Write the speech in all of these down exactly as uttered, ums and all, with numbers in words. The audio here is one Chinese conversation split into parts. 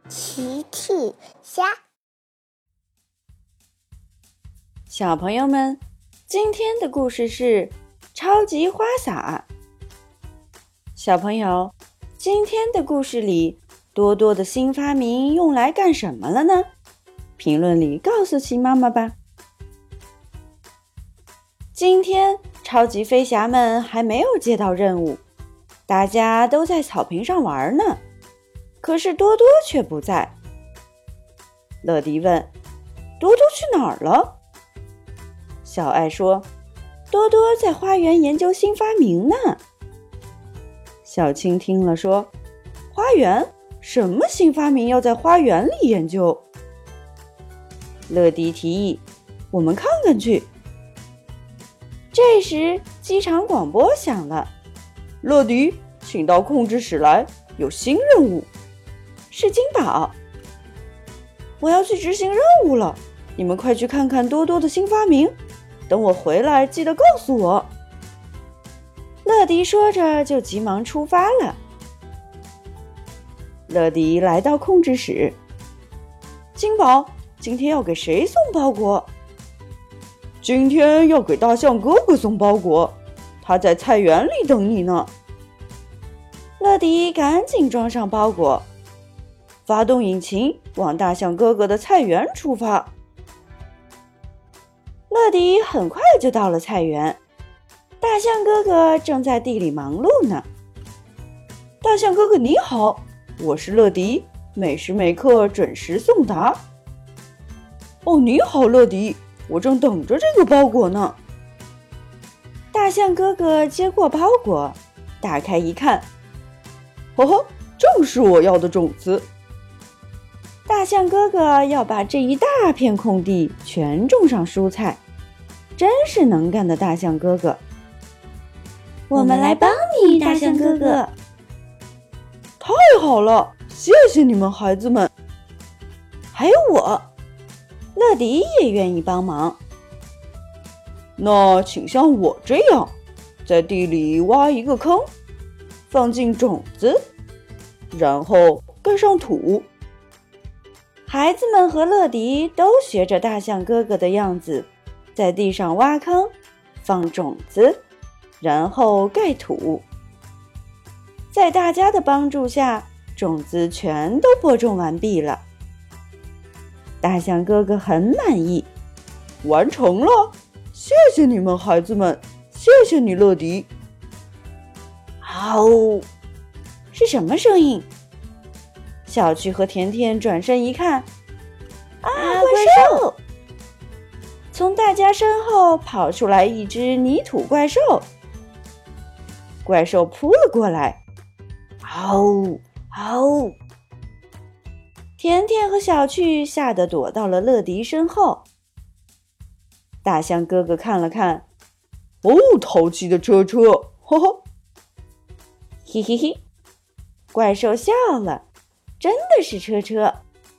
奇趣虾。 小朋友们，今天的故事是超级花洒。小朋友，今天的故事里，多多的新发明用来干什么了呢？评论里告诉奇妈妈吧。今天超级飞侠们还没有接到任务，大家都在草坪上玩呢。可是多多却不在。乐迪问：多多去哪儿了？小爱说：多多在花园研究新发明呢。小青听了说：花园？什么新发明要在花园里研究？乐迪提议：我们看看去。这时机场广播响了：乐迪，请到控制室来，有新任务。是金宝，我要去执行任务了，你们快去看看多多的新发明，等我回来记得告诉我。乐迪说着就急忙出发了。乐迪来到控制室，金宝，今天要给谁送包裹？今天要给大象哥哥送包裹，他在菜园里等你呢。乐迪赶紧装上包裹，发动引擎，往大象哥哥的菜园出发。乐迪很快就到了菜园，大象哥哥正在地里忙碌呢。大象哥哥你好，我是乐迪，每时每刻准时送达。哦，你好，乐迪，我正等着这个包裹呢。大象哥哥接过包裹，打开一看，呵呵，正是我要的种子。大象哥哥要把这一大片空地全种上蔬菜，真是能干的大象哥哥。 我们来帮你，大象哥哥。 太好了，谢谢你们孩子们。还有我，乐迪也愿意帮忙。那请像我这样，在地里挖一个坑，放进种子，然后盖上土。孩子们和乐迪都学着大象哥哥的样子，在地上挖坑，放种子，然后盖土。在大家的帮助下，种子全都播种完毕了。大象哥哥很满意，完成了，谢谢你们孩子们，谢谢你乐迪。嗷，是什么声音？小趣和甜甜转身一看，啊，怪兽！从大家身后跑出来一只泥土怪兽，怪兽扑了过来，嗷嗷！甜甜和小趣吓得躲到了乐迪身后。大象哥哥看了看，哦，淘气的车车，呵呵，嘿嘿嘿，怪兽笑了。真的是车车。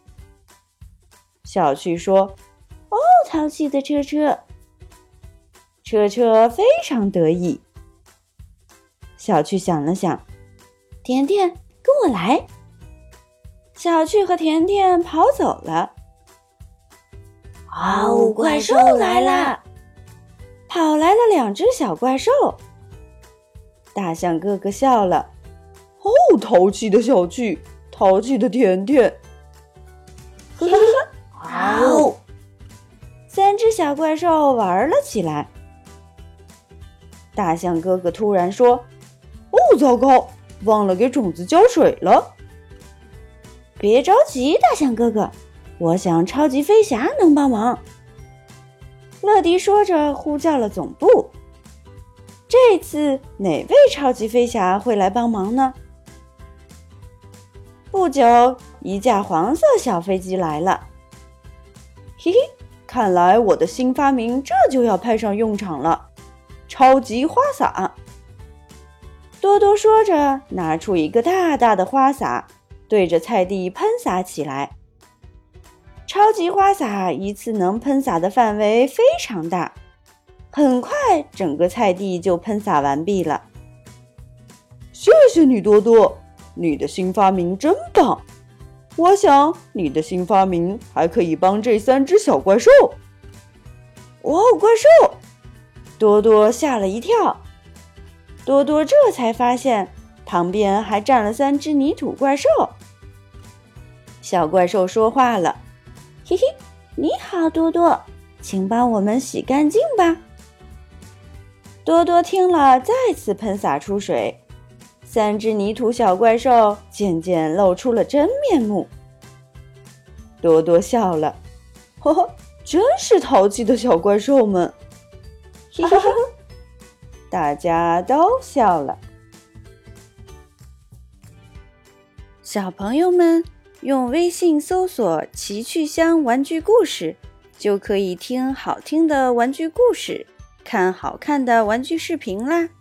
小趣说：哦，淘气的车车。车车非常得意。小趣想了想，甜甜跟我来。小趣和甜甜跑走了。 哦，怪兽来了！ 跑来了两只小怪兽。大象哥哥笑了。哦，淘气的小趣，淘气的甜甜，呵呵呵， 嗷！ 三只小怪兽玩了起来。大象哥哥突然说：哦，糟糕，忘了给种子浇水了。别着急，大象哥哥，我想超级飞侠能帮忙。乐迪说着呼叫了总部。这次哪位超级飞侠会来帮忙呢？不久，一架黄色小飞机来了。嘿嘿，看来我的新发明这就要派上用场了，超级花洒。多多说着，拿出一个大大的花洒，对着菜地喷洒起来。超级花洒一次能喷洒的范围非常大，很快整个菜地就喷洒完毕了。谢谢你，多多。你的新发明真棒， 我想你的新发明还可以帮这三只小怪兽。哇哦，怪兽！多多吓了一跳。多多这才发现旁边还站了三只泥土怪兽。小怪兽说话了： 嘿嘿，你好，多多，请帮我们洗干净吧。 多多听了，再次喷洒出水。三只泥土小怪兽渐渐露出了真面目。多多笑了，呵呵，真是淘气的小怪兽们。 嘿嘿嘿， 大家都笑了。小朋友们用微信搜索奇趣箱玩具故事，就可以听好听的玩具故事，看好看的玩具视频啦。